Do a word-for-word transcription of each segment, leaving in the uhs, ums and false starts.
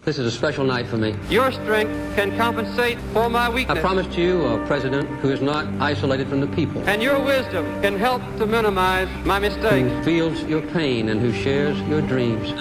This is a special night for me. Your strength can compensate for my weakness. I promised you a president who is not isolated from the people. And your wisdom can help to minimize my mistakes. Who feels your pain and who shares your dreams.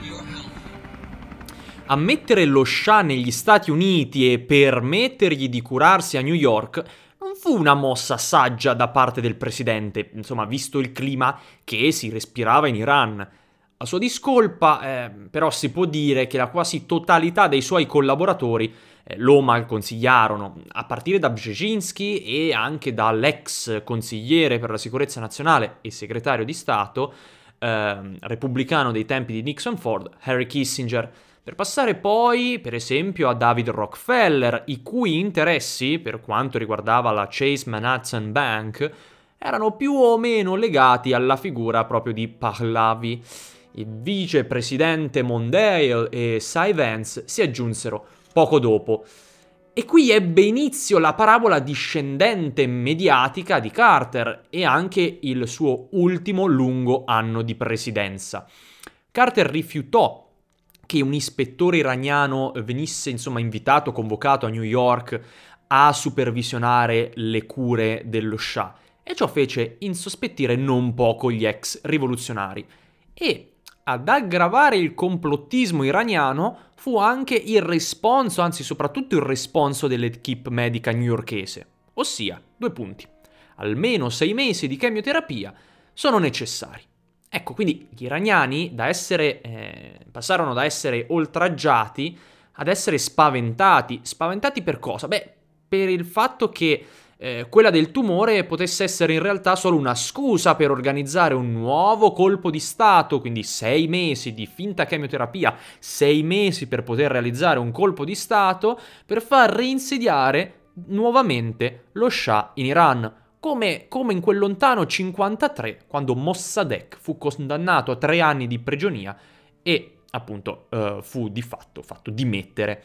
A mettere lo Shah negli Stati Uniti e permettergli di curarsi a New York non fu una mossa saggia da parte del presidente, insomma, visto il clima che si respirava in Iran. A sua discolpa, eh, però, si può dire che la quasi totalità dei suoi collaboratori eh, lo malconsigliarono, a partire da Brzezinski e anche dall'ex consigliere per la sicurezza nazionale e segretario di Stato eh, repubblicano dei tempi di Nixon-Ford, Henry Kissinger, per passare poi, per esempio, a David Rockefeller, i cui interessi, per quanto riguardava la Chase Manhattan Bank, erano più o meno legati alla figura proprio di Pahlavi. Il vicepresidente Mondale e Cy Vance si aggiunsero poco dopo. E qui ebbe inizio la parabola discendente mediatica di Carter e anche il suo ultimo lungo anno di presidenza. Carter rifiutò che un ispettore iraniano venisse, insomma, invitato, convocato a New York a supervisionare le cure dello Shah, e ciò fece insospettire non poco gli ex rivoluzionari. E ad aggravare il complottismo iraniano fu anche il responso, anzi soprattutto il responso dell'equipe medica newyorkese, ossia, due punti, almeno sei mesi di chemioterapia sono necessari. Ecco, quindi gli iraniani da essere, eh, passarono da essere oltraggiati ad essere spaventati. Spaventati per cosa? Beh, per il fatto che eh, quella del tumore potesse essere in realtà solo una scusa per organizzare un nuovo colpo di stato, quindi sei mesi di finta chemioterapia, sei mesi per poter realizzare un colpo di stato per far reinsediare nuovamente lo Shah in Iran. Come, come in quel lontano cinquantatré, quando Mossadegh fu condannato a tre anni di prigionia e appunto uh, fu di fatto fatto dimettere.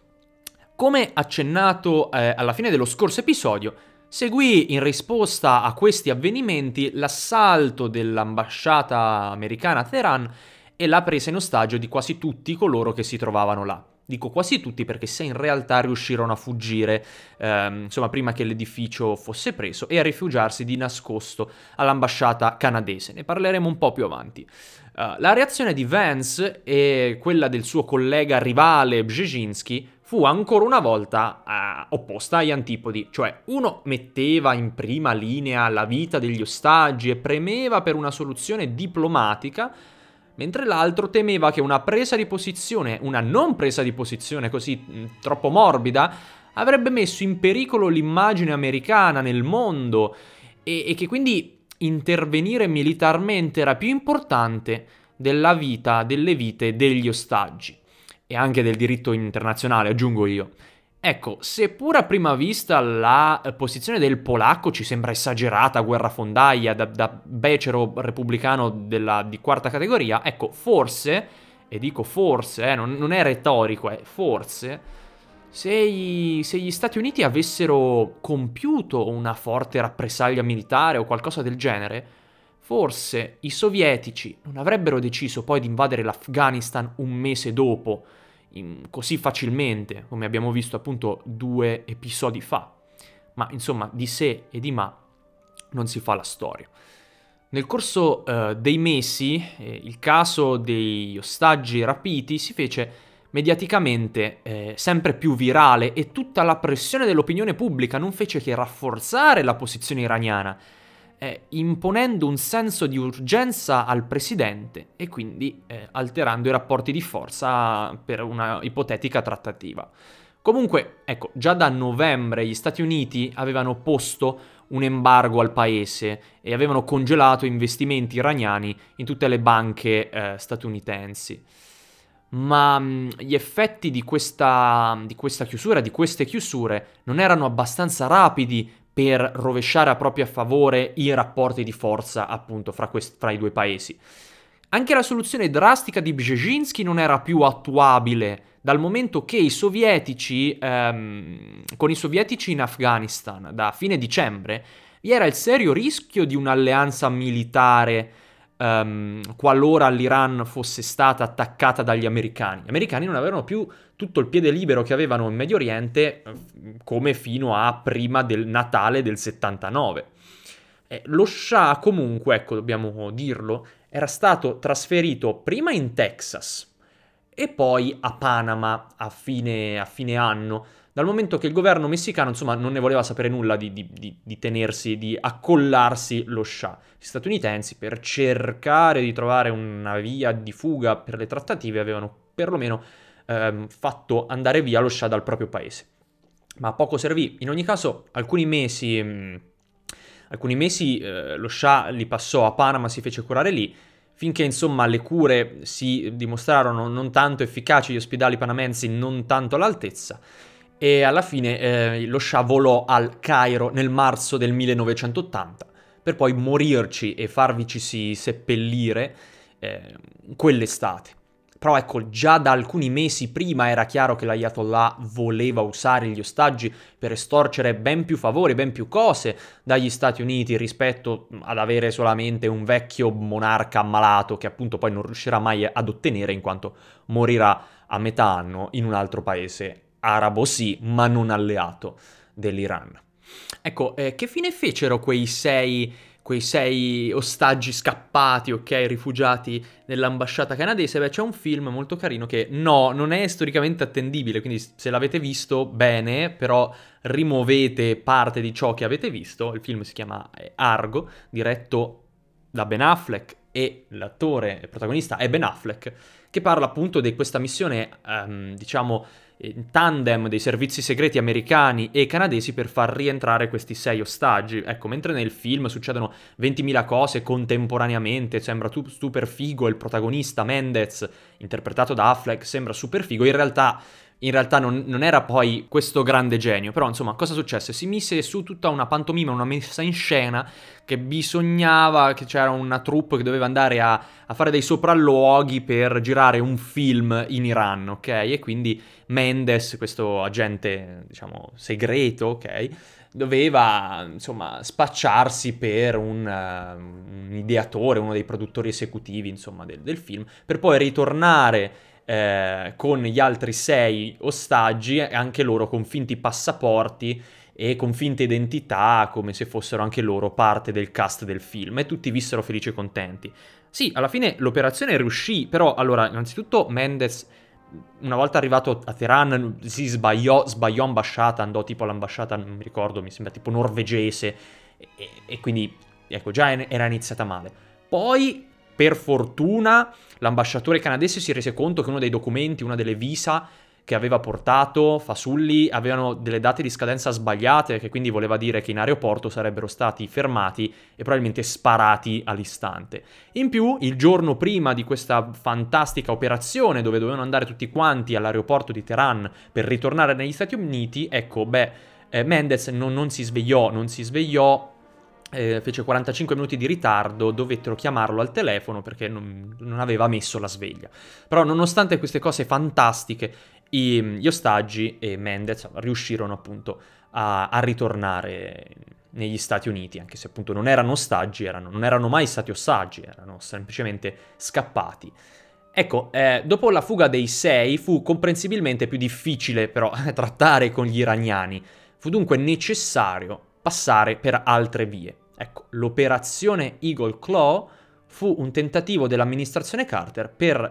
Come accennato eh, alla fine dello scorso episodio, seguì in risposta a questi avvenimenti l'assalto dell'ambasciata americana a Teheran e la presa in ostaggio di quasi tutti coloro che si trovavano là. Dico quasi tutti perché se in realtà riuscirono a fuggire, ehm, insomma, prima che l'edificio fosse preso e a rifugiarsi di nascosto all'ambasciata canadese. Ne parleremo un po' più avanti. Uh, la reazione di Vance e quella del suo collega rivale Brzezinski fu ancora una volta uh, opposta agli antipodi, cioè uno metteva in prima linea la vita degli ostaggi e premeva per una soluzione diplomatica, mentre l'altro temeva che una presa di posizione, una non presa di posizione così mh, troppo morbida, avrebbe messo in pericolo l'immagine americana nel mondo e, e che quindi intervenire militarmente era più importante della vita, delle vite degli ostaggi e anche del diritto internazionale, aggiungo io. Ecco, seppur a prima vista la posizione del polacco ci sembra esagerata, guerrafondaia, da, da becero repubblicano della, di quarta categoria, ecco, forse, e dico forse, eh, non, non è retorico, è forse, se, i, se gli Stati Uniti avessero compiuto una forte rappresaglia militare o qualcosa del genere, forse i sovietici non avrebbero deciso poi di invadere l'Afghanistan un mese dopo, In, così facilmente, come abbiamo visto appunto due episodi fa. Ma insomma, di sé e di ma non si fa la storia. Nel corso uh, dei mesi, eh, il caso degli ostaggi rapiti si fece mediaticamente eh, sempre più virale e tutta la pressione dell'opinione pubblica non fece che rafforzare la posizione iraniana, eh, imponendo un senso di urgenza al presidente e quindi eh, alterando i rapporti di forza per una ipotetica trattativa. Comunque, ecco, già da novembre gli Stati Uniti avevano posto un embargo al paese e avevano congelato investimenti iraniani in tutte le banche eh, statunitensi. Ma mh, gli effetti di questa, di questa chiusura, di queste chiusure, non erano abbastanza rapidi per rovesciare a proprio favore i rapporti di forza, appunto, fra, quest- fra i due paesi. Anche la soluzione drastica di Brzezinski non era più attuabile, dal momento che i sovietici, ehm, con i sovietici in Afghanistan, da fine dicembre, vi era il serio rischio di un'alleanza militare um, qualora l'Iran fosse stata attaccata dagli americani. Gli americani non avevano più tutto il piede libero che avevano in Medio Oriente come fino a prima del Natale del settantanove. Eh, lo Shah comunque, ecco, dobbiamo dirlo, era stato trasferito prima in Texas e poi a Panama a fine, a fine anno, dal momento che il governo messicano, insomma, non ne voleva sapere nulla di, di, di, di tenersi, di accollarsi lo Shah. Gli statunitensi, per cercare di trovare una via di fuga per le trattative, avevano perlomeno ehm, fatto andare via lo Shah dal proprio paese. Ma poco servì. In ogni caso, alcuni mesi... Mh, alcuni mesi eh, lo Shah li passò a Panama, si fece curare lì, finché insomma le cure si dimostrarono non tanto efficaci, gli ospedali panamensi non tanto all'altezza, e alla fine eh, lo Shah volò al Cairo nel marzo del millenovecentottanta per poi morirci e farvici seppellire eh, quell'estate. Però ecco, già da alcuni mesi prima era chiaro che l'Ayatollah voleva usare gli ostaggi per estorcere ben più favori, ben più cose dagli Stati Uniti rispetto ad avere solamente un vecchio monarca ammalato che appunto poi non riuscirà mai ad ottenere in quanto morirà a metà anno in un altro paese arabo sì, ma non alleato dell'Iran. Ecco, eh, che fine fecero quei sei... quei sei ostaggi scappati, ok, rifugiati nell'ambasciata canadese? Beh, c'è un film molto carino che no, non è storicamente attendibile, quindi se l'avete visto, bene, però rimuovete parte di ciò che avete visto. Il film si chiama Argo, diretto da Ben Affleck e l'attore il protagonista è Ben Affleck, che parla appunto di questa missione, um, diciamo, in tandem dei servizi segreti americani e canadesi per far rientrare questi sei ostaggi. Ecco, mentre nel film succedono ventimila cose contemporaneamente, sembra tu- super figo, il protagonista Mendez, interpretato da Affleck, sembra super figo, in realtà... In realtà non, non era poi questo grande genio, però insomma cosa successe? Si mise su tutta una pantomima, una messa in scena che bisognava, che c'era una troupe che doveva andare a, a fare dei sopralluoghi per girare un film in Iran, ok? E quindi Mendes, questo agente diciamo segreto, ok? Doveva insomma spacciarsi per un, uh, un ideatore, uno dei produttori esecutivi insomma del, del film, per poi ritornare Eh, con gli altri sei ostaggi, anche loro con finti passaporti e con finte identità, come se fossero anche loro parte del cast del film, e tutti vissero felici e contenti. Sì, alla fine l'operazione riuscì, però allora, innanzitutto Mendes, una volta arrivato a Teheran, si sbagliò, sbagliò ambasciata, andò tipo all'ambasciata, non mi ricordo, mi sembra tipo norvegese, e, e quindi, ecco, già era iniziata male. Poi, per fortuna, l'ambasciatore canadese si rese conto che uno dei documenti, una delle visa che aveva portato Fasulli, avevano delle date di scadenza sbagliate, che quindi voleva dire che in aeroporto sarebbero stati fermati e probabilmente sparati all'istante. In più, il giorno prima di questa fantastica operazione, dove dovevano andare tutti quanti all'aeroporto di Teheran per ritornare negli Stati Uniti, ecco, beh, eh, Mendez non, non si svegliò, non si svegliò, Eh, fece quarantacinque minuti di ritardo, dovettero chiamarlo al telefono perché non, non aveva messo la sveglia. Però nonostante queste cose fantastiche, i, gli ostaggi e Mendez riuscirono appunto a, a ritornare negli Stati Uniti, anche se appunto non erano ostaggi, erano, non erano mai stati ostaggi, erano semplicemente scappati. Ecco, eh, dopo la fuga dei sei fu comprensibilmente più difficile però trattare con gli iraniani. Fu dunque necessario passare per altre vie. Ecco, l'operazione Eagle Claw fu un tentativo dell'amministrazione Carter per,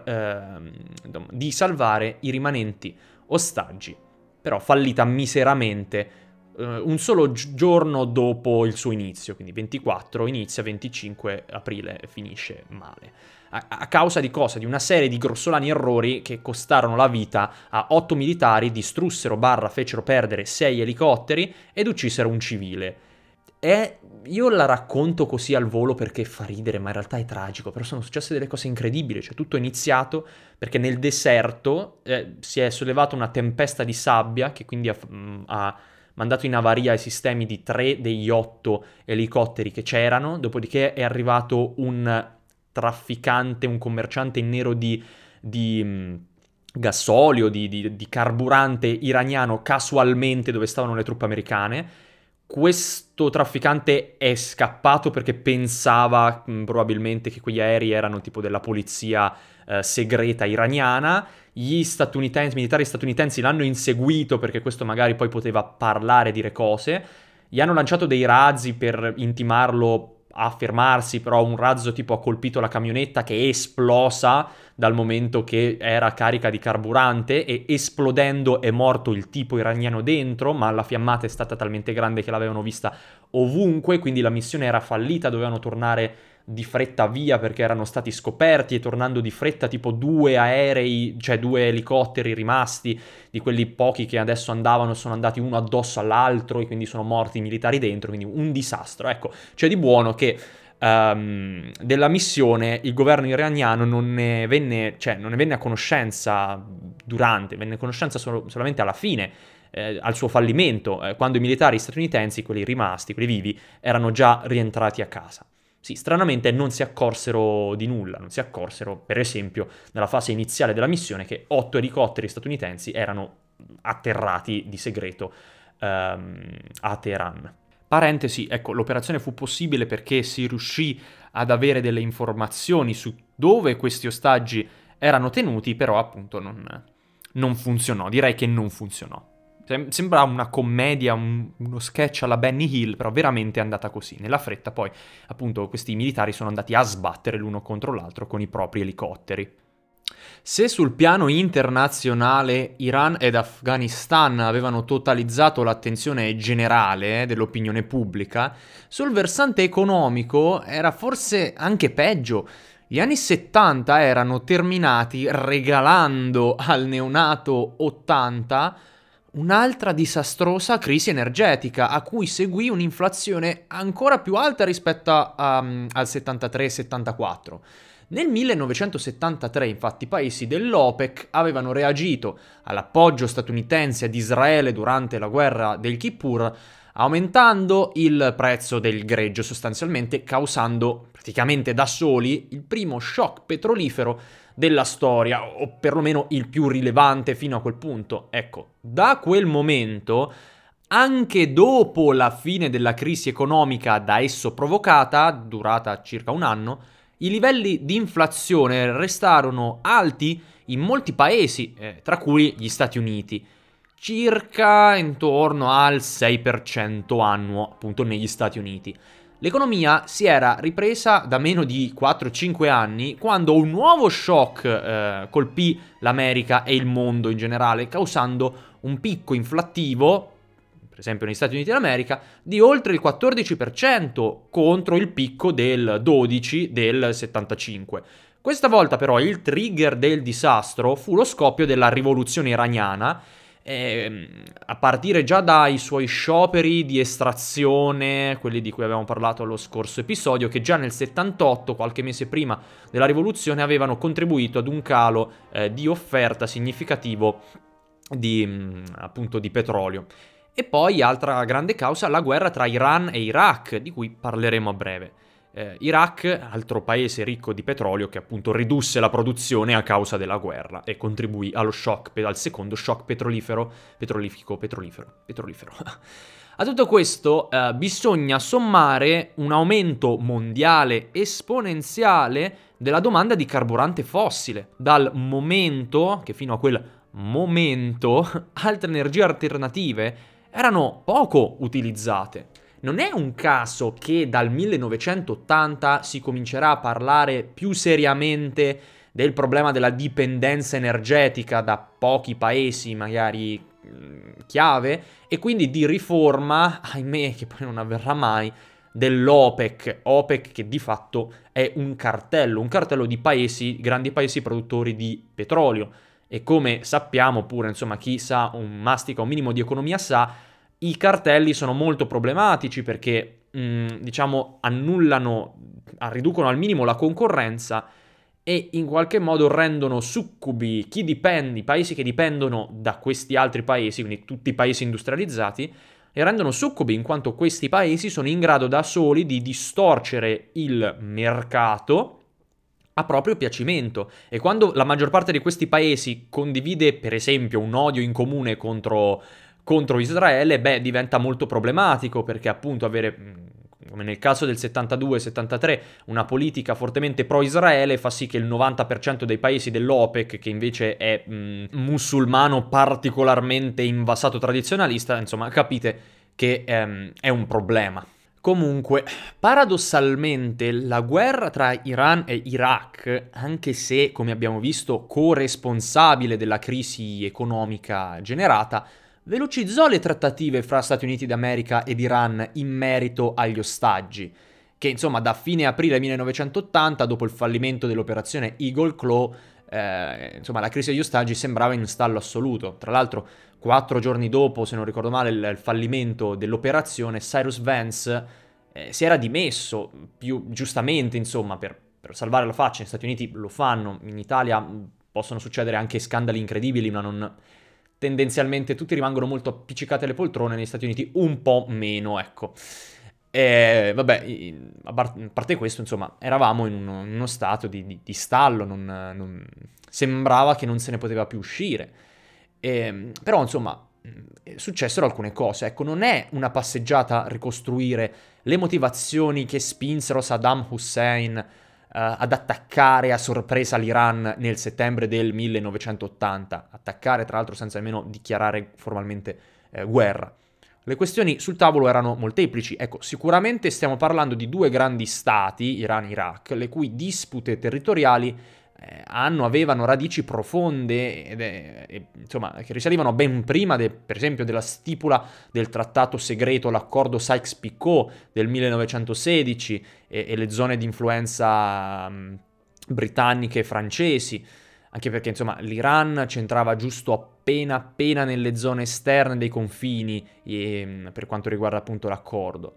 eh, di salvare i rimanenti ostaggi, però fallita miseramente eh, un solo gi- giorno dopo il suo inizio, quindi ventiquattro inizia, venticinque aprile finisce male. A, a causa di cosa? Di una serie di grossolani errori che costarono la vita a otto militari, distrussero barra fecero perdere sei elicotteri ed uccisero un civile. E io la racconto così al volo perché fa ridere, ma in realtà è tragico, però sono successe delle cose incredibili, cioè tutto è iniziato perché nel deserto eh, si è sollevata una tempesta di sabbia che quindi ha, mh, ha mandato in avaria i sistemi di tre degli otto elicotteri che c'erano, dopodiché è arrivato un trafficante, un commerciante in nero di, di mh, gasolio, di, di, di carburante iraniano casualmente dove stavano le truppe americane. questo trafficante è scappato perché pensava mh, probabilmente che quegli aerei erano tipo della polizia eh, segreta iraniana. Gli statunitensi, i militari statunitensi l'hanno inseguito perché questo magari poi poteva parlare, dire cose. Gli hanno lanciato dei razzi per intimarlo a fermarsi, però un razzo tipo ha colpito la camionetta che è esplosa dal momento che era carica di carburante e esplodendo è morto il tipo iraniano dentro, ma la fiammata è stata talmente grande che l'avevano vista ovunque, quindi la missione era fallita, dovevano tornare di fretta via perché erano stati scoperti e tornando di fretta tipo due aerei, cioè due elicotteri rimasti di quelli pochi che adesso andavano sono andati uno addosso all'altro e quindi sono morti i militari dentro, quindi un disastro. Ecco, c'è di buono che um, della missione il governo iraniano non ne venne, cioè non ne venne a conoscenza durante, venne a conoscenza solo, solamente alla fine, eh, al suo fallimento, eh, quando i militari statunitensi, quelli rimasti, quelli vivi, erano già rientrati a casa. Sì, stranamente non si accorsero di nulla, non si accorsero, per esempio, nella fase iniziale della missione, che otto elicotteri statunitensi erano atterrati di segreto ehm, a Teheran. Parentesi, ecco, l'operazione fu possibile perché si riuscì ad avere delle informazioni su dove questi ostaggi erano tenuti, però appunto non, non funzionò, direi che non funzionò. Sembra una commedia, un, uno sketch alla Benny Hill, però veramente è andata così. Nella fretta poi, appunto, questi militari sono andati a sbattere l'uno contro l'altro con i propri elicotteri. Se sul piano internazionale Iran ed Afghanistan avevano totalizzato l'attenzione generale dell'opinione pubblica, sul versante economico era forse anche peggio. Gli anni settanta erano terminati regalando al neonato ottanta un'altra disastrosa crisi energetica, a cui seguì un'inflazione ancora più alta rispetto a, um, al settantatré settantaquattro. Nel millenovecentosettantatré, infatti, i paesi dell'OPEC avevano reagito all'appoggio statunitense ad Israele durante la guerra del Kippur, aumentando il prezzo del greggio, sostanzialmente causando praticamente da soli il primo shock petrolifero della storia, o perlomeno il più rilevante fino a quel punto. Ecco, da quel momento, anche dopo la fine della crisi economica da esso provocata, durata circa un anno, i livelli di inflazione restarono alti in molti paesi, eh, tra cui gli Stati Uniti, circa intorno al sei per cento annuo, appunto negli Stati Uniti. L'economia si era ripresa da meno di quattro cinque anni quando un nuovo shock eh, colpì l'America e il mondo in generale, causando un picco inflattivo, per esempio negli Stati Uniti d'America, di oltre il quattordici per cento contro il picco del dodici del settantacinque. Questa volta però il trigger del disastro fu lo scoppio della rivoluzione iraniana, Eh, a partire già dai suoi scioperi di estrazione, quelli di cui avevamo parlato allo scorso episodio, che già nel settantotto, qualche mese prima della rivoluzione, avevano contribuito ad un calo eh, di offerta significativo di, mh, appunto, di petrolio. E poi, altra grande causa, la guerra tra Iran e Iraq, di cui parleremo a breve. Eh, Iraq, altro paese ricco di petrolio che appunto ridusse la produzione a causa della guerra e contribuì allo shock, al secondo shock petrolifero, petrolifico, petrolifero, petrolifero. A tutto questo eh, bisogna sommare un aumento mondiale esponenziale della domanda di carburante fossile, dal momento che fino a quel momento altre energie alternative erano poco utilizzate. Non è un caso che dal millenovecentottanta si comincerà a parlare più seriamente del problema della dipendenza energetica da pochi paesi magari mh, chiave e quindi di riforma, ahimè che poi non avverrà mai, dell'OPEC, OPEC che di fatto è un cartello, un cartello di paesi, grandi paesi produttori di petrolio. E come sappiamo pure, insomma, chi sa un mastica un minimo di economia sa, i cartelli sono molto problematici perché, mh, diciamo, annullano, riducono al minimo la concorrenza e in qualche modo rendono succubi chi dipende, i paesi che dipendono da questi altri paesi, quindi tutti i paesi industrializzati, e rendono succubi in quanto questi paesi sono in grado da soli di distorcere il mercato a proprio piacimento. E quando la maggior parte di questi paesi condivide, per esempio, un odio in comune contro contro Israele, beh, diventa molto problematico, perché appunto avere, come nel caso del settantadue settantatré, una politica fortemente pro-Israele fa sì che il novanta per cento dei paesi dell'OPEC, che invece è mh, musulmano particolarmente invasato tradizionalista, insomma, capite che ehm, è un problema. Comunque, paradossalmente, la guerra tra Iran e Iraq, anche se, come abbiamo visto, corresponsabile della crisi economica generata, velocizzò le trattative fra Stati Uniti d'America ed Iran in merito agli ostaggi, che insomma da fine aprile millenovecentottanta, dopo il fallimento dell'operazione Eagle Claw, eh, insomma la crisi degli ostaggi sembrava in stallo assoluto. Tra l'altro, quattro giorni dopo, se non ricordo male, il, il fallimento dell'operazione, Cyrus Vance eh, si era dimesso, più giustamente insomma, per, per salvare la faccia. Negli Stati Uniti lo fanno, in Italia possono succedere anche scandali incredibili, ma non... tendenzialmente tutti rimangono molto appiccicati alle poltrone, negli Stati Uniti un po' meno, ecco. E vabbè, a parte questo, insomma, eravamo in uno, in uno stato di, di, di stallo, non, non, sembrava che non se ne poteva più uscire. E, però, insomma, successero alcune cose. Ecco, non è una passeggiata ricostruire le motivazioni che spinsero Saddam Hussein Uh, ad attaccare a sorpresa l'Iran nel settembre del millenovecentottanta, attaccare tra l'altro senza nemmeno dichiarare formalmente eh, guerra. Le questioni sul tavolo erano molteplici. Ecco, sicuramente stiamo parlando di due grandi stati, Iran e Iraq, le cui dispute territoriali eh, hanno, avevano radici profonde ed è, e, insomma, che risalivano ben prima, de, per esempio, della stipula del trattato segreto, l'accordo Sykes-Picot del millenovecentosedici e, e le zone di influenza um, britanniche e francesi, anche perché insomma l'Iran c'entrava giusto appena appena nelle zone esterne dei confini e, per quanto riguarda appunto l'accordo.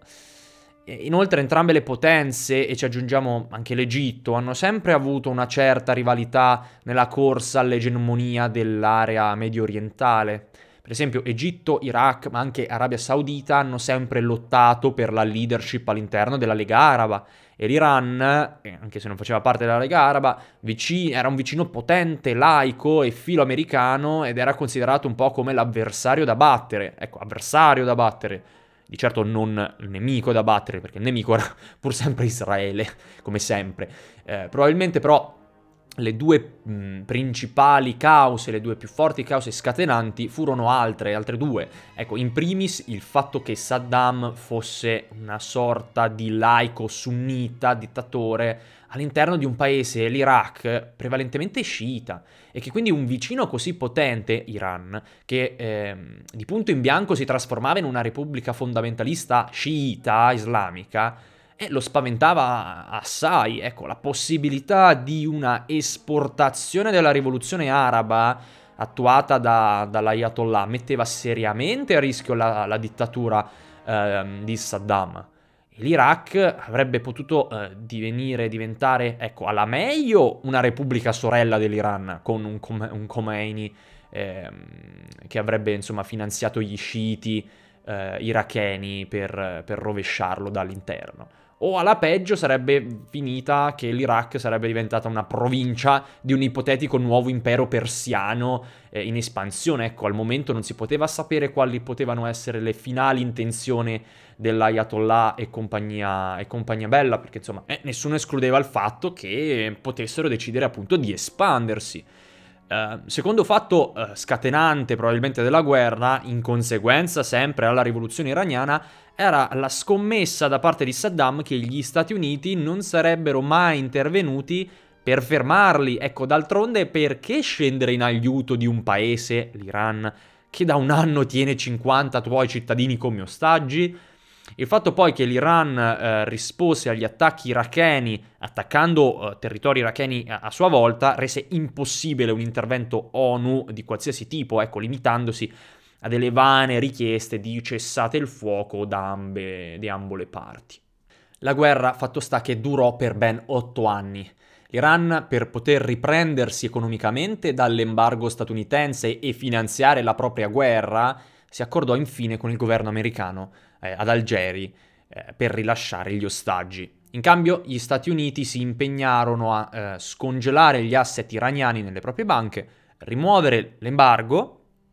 Inoltre entrambe le potenze, e ci aggiungiamo anche l'Egitto, hanno sempre avuto una certa rivalità nella corsa all'egemonia dell'area medio orientale. Per esempio Egitto, Iraq, ma anche Arabia Saudita hanno sempre lottato per la leadership all'interno della Lega Araba, e l'Iran, anche se non faceva parte della Lega Araba, vicino, era un vicino potente, laico e filo-americano, ed era considerato un po' come l'avversario da battere. Ecco, avversario da battere. Di certo non il nemico da battere, perché il nemico era pur sempre Israele, come sempre. Eh, probabilmente però le due mh, principali cause, le due più forti cause scatenanti furono altre, altre due. Ecco, in primis il fatto che Saddam fosse una sorta di laico sunnita, dittatore, all'interno di un paese, l'Iraq, prevalentemente sciita, e che quindi un vicino così potente, Iran, che eh, di punto in bianco si trasformava in una repubblica fondamentalista sciita islamica, e lo spaventava assai. Ecco, la possibilità di una esportazione della rivoluzione araba attuata da, dall'Ayatollah metteva seriamente a rischio la, la dittatura eh, di Saddam. L'Iraq avrebbe potuto eh, divenire, diventare, ecco, alla meglio una repubblica sorella dell'Iran, con un, un Khomeini eh, che avrebbe, insomma, finanziato gli sciiti eh, iracheni per, per rovesciarlo dall'interno. O alla peggio sarebbe finita che l'Iraq sarebbe diventata una provincia di un ipotetico nuovo impero persiano eh, in espansione. Ecco, al momento non si poteva sapere quali potevano essere le finali intenzioni dell'Ayatollah e compagnia, e compagnia bella, perché insomma eh, nessuno escludeva il fatto che potessero decidere appunto di espandersi. Uh, secondo fatto uh, scatenante probabilmente della guerra, in conseguenza sempre alla rivoluzione iraniana, era la scommessa da parte di Saddam che gli Stati Uniti non sarebbero mai intervenuti per fermarli. Ecco, d'altronde perché scendere in aiuto di un paese, l'Iran, che da un anno tiene cinquanta tuoi cittadini come ostaggi? Il fatto poi che l'Iran eh, rispose agli attacchi iracheni, attaccando eh, territori iracheni a, a sua volta, rese impossibile un intervento ONU di qualsiasi tipo, ecco, limitandosi a delle vane richieste di cessate il fuoco da ambe, di ambo le parti. La guerra, fatto sta che durò per ben otto anni. L'Iran, per poter riprendersi economicamente dall'embargo statunitense e finanziare la propria guerra, si accordò infine con il governo americano eh, ad Algeri eh, per rilasciare gli ostaggi. In cambio, gli Stati Uniti si impegnarono a eh, scongelare gli asset iraniani nelle proprie banche, rimuovere l'embargo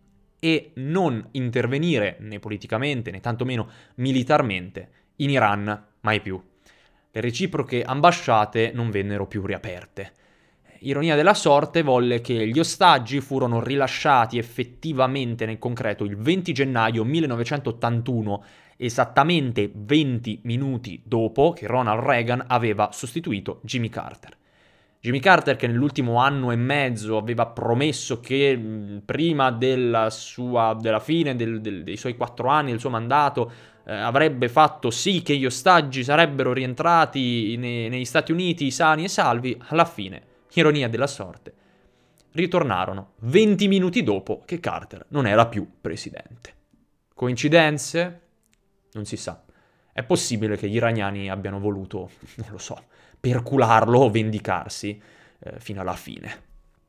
e non intervenire né politicamente né tantomeno militarmente in Iran mai più. Le reciproche ambasciate non vennero più riaperte. Ironia della sorte volle che gli ostaggi furono rilasciati effettivamente nel concreto il venti gennaio millenovecentottantuno, esattamente venti minuti dopo che Ronald Reagan aveva sostituito Jimmy Carter. Jimmy Carter, che nell'ultimo anno e mezzo aveva promesso che mh, prima della, sua, della fine del, del, dei suoi quattro anni, del suo mandato, eh, avrebbe fatto sì che gli ostaggi sarebbero rientrati ne, negli Stati Uniti sani e salvi, alla fine, ironia della sorte, ritornarono venti minuti dopo che Carter non era più presidente. Coincidenze? Non si sa. È possibile che gli iraniani abbiano voluto, non lo so, percularlo o vendicarsi eh, fino alla fine.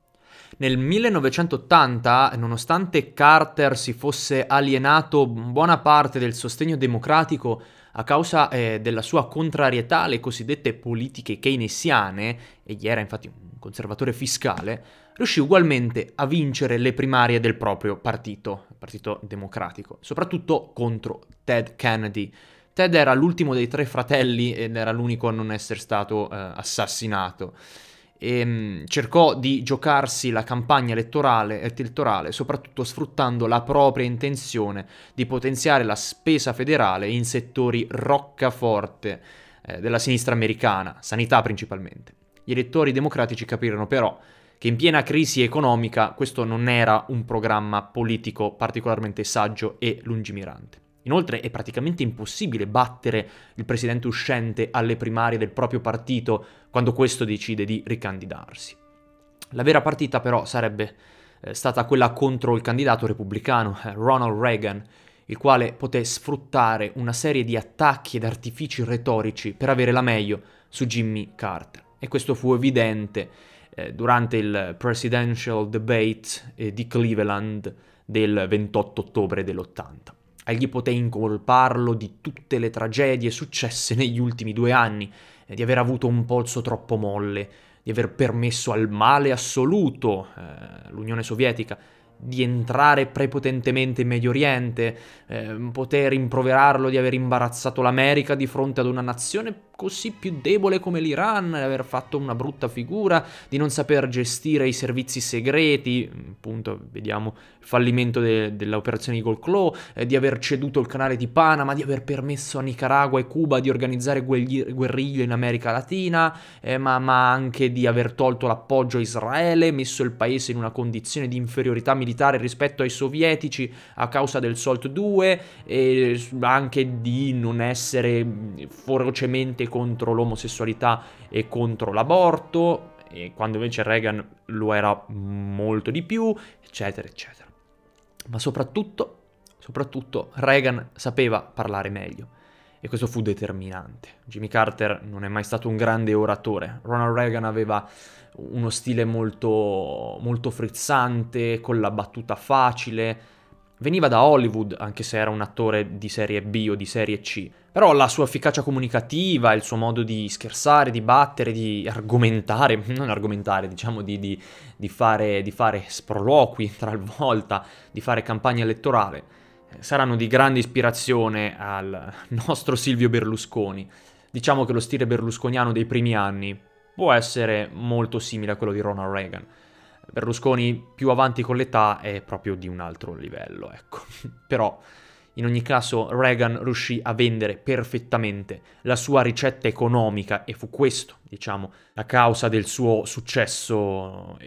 Nel millenovecentottanta, nonostante Carter si fosse alienato buona parte del sostegno democratico a causa eh, della sua contrarietà alle cosiddette politiche keynesiane, egli era infatti un conservatore fiscale, riuscì ugualmente a vincere le primarie del proprio partito, il Partito Democratico, soprattutto contro Ted Kennedy. Ted era l'ultimo dei tre fratelli ed era l'unico a non essere stato eh, assassinato. E, mh, cercò di giocarsi la campagna elettorale, elettorale, soprattutto sfruttando la propria intenzione di potenziare la spesa federale in settori roccaforte eh, della sinistra americana, sanità principalmente. Gli elettori democratici capirono però che in piena crisi economica questo non era un programma politico particolarmente saggio e lungimirante. Inoltre è praticamente impossibile battere il presidente uscente alle primarie del proprio partito quando questo decide di ricandidarsi. La vera partita però sarebbe eh, stata quella contro il candidato repubblicano eh, Ronald Reagan, il quale poté sfruttare una serie di attacchi ed artifici retorici per avere la meglio su Jimmy Carter. E questo fu evidente eh, durante il presidential debate eh, di Cleveland del ventotto ottobre dell'ottanta. Egli poté incolparlo di tutte le tragedie successe negli ultimi due anni, eh, di aver avuto un polso troppo molle, di aver permesso al male assoluto, eh, l'Unione Sovietica, di entrare prepotentemente in Medio Oriente, eh, poter rimproverarlo di aver imbarazzato l'America di fronte ad una nazione così più debole come l'Iran, di aver fatto una brutta figura, di non saper gestire i servizi segreti, appunto vediamo il fallimento de- dell'operazione Eagle Claw, eh, di aver ceduto il canale di Panama, di aver permesso a Nicaragua e Cuba di organizzare guegli- guerriglie in America Latina, eh, ma, ma anche di aver tolto l'appoggio a Israele, messo il paese in una condizione di inferiorità militare rispetto ai sovietici a causa del SALT due, e anche di non essere ferocemente contro l'omosessualità e contro l'aborto, e quando invece Reagan lo era molto di più, eccetera, eccetera. Ma soprattutto, soprattutto Reagan sapeva parlare meglio, e questo fu determinante. Jimmy Carter non è mai stato un grande oratore. Ronald Reagan aveva uno stile molto, molto frizzante, con la battuta facile. Veniva da Hollywood, anche se era un attore di serie B o di serie C. Però la sua efficacia comunicativa, il suo modo di scherzare, di battere, di argomentare, non argomentare, diciamo di, di, di, fare, di fare sproloqui talvolta, di fare campagna elettorale, saranno di grande ispirazione al nostro Silvio Berlusconi. Diciamo che lo stile berlusconiano dei primi anni può essere molto simile a quello di Ronald Reagan. Berlusconi più avanti con l'età è proprio di un altro livello, ecco. Però in ogni caso Reagan riuscì a vendere perfettamente la sua ricetta economica, e fu questo, diciamo, la causa del suo successo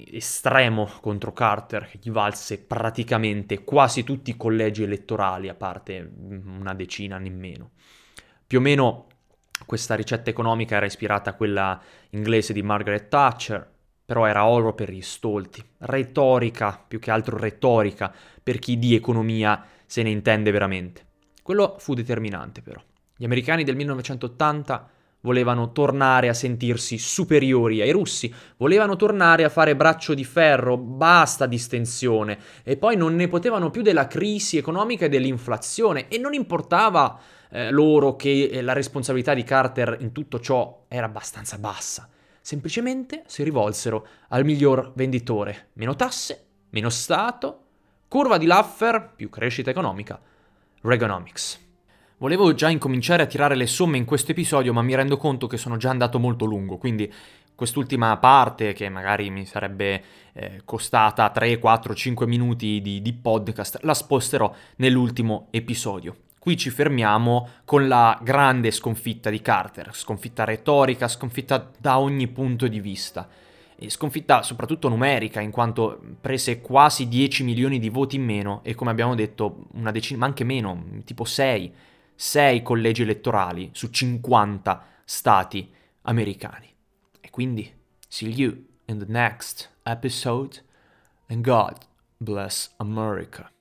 estremo contro Carter, che gli valse praticamente quasi tutti i collegi elettorali, a parte una decina nemmeno. Più o meno questa ricetta economica era ispirata a quella inglese di Margaret Thatcher, però era oro per gli stolti, retorica, più che altro retorica, per chi di economia se ne intende veramente. Quello fu determinante però. Gli americani del millenovecentottanta volevano tornare a sentirsi superiori ai russi, volevano tornare a fare braccio di ferro, basta distensione, e poi non ne potevano più della crisi economica e dell'inflazione, e non importava eh, loro che eh, la responsabilità di Carter in tutto ciò era abbastanza bassa. Semplicemente si rivolsero al miglior venditore. Meno tasse, meno Stato, Curva di Laffer più crescita economica. Reaganomics. Volevo già incominciare a tirare le somme in questo episodio, ma mi rendo conto che sono già andato molto lungo, quindi quest'ultima parte, che magari mi sarebbe eh, costata tre, quattro, cinque minuti di, di podcast, la sposterò nell'ultimo episodio. Qui ci fermiamo con la grande sconfitta di Carter, sconfitta retorica, sconfitta da ogni punto di vista. E sconfitta soprattutto numerica, in quanto prese quasi dieci milioni di voti in meno e, come abbiamo detto, una decina, ma anche meno, tipo sei, sei collegi elettorali su cinquanta stati americani. E quindi, see you in the next episode, and God bless America.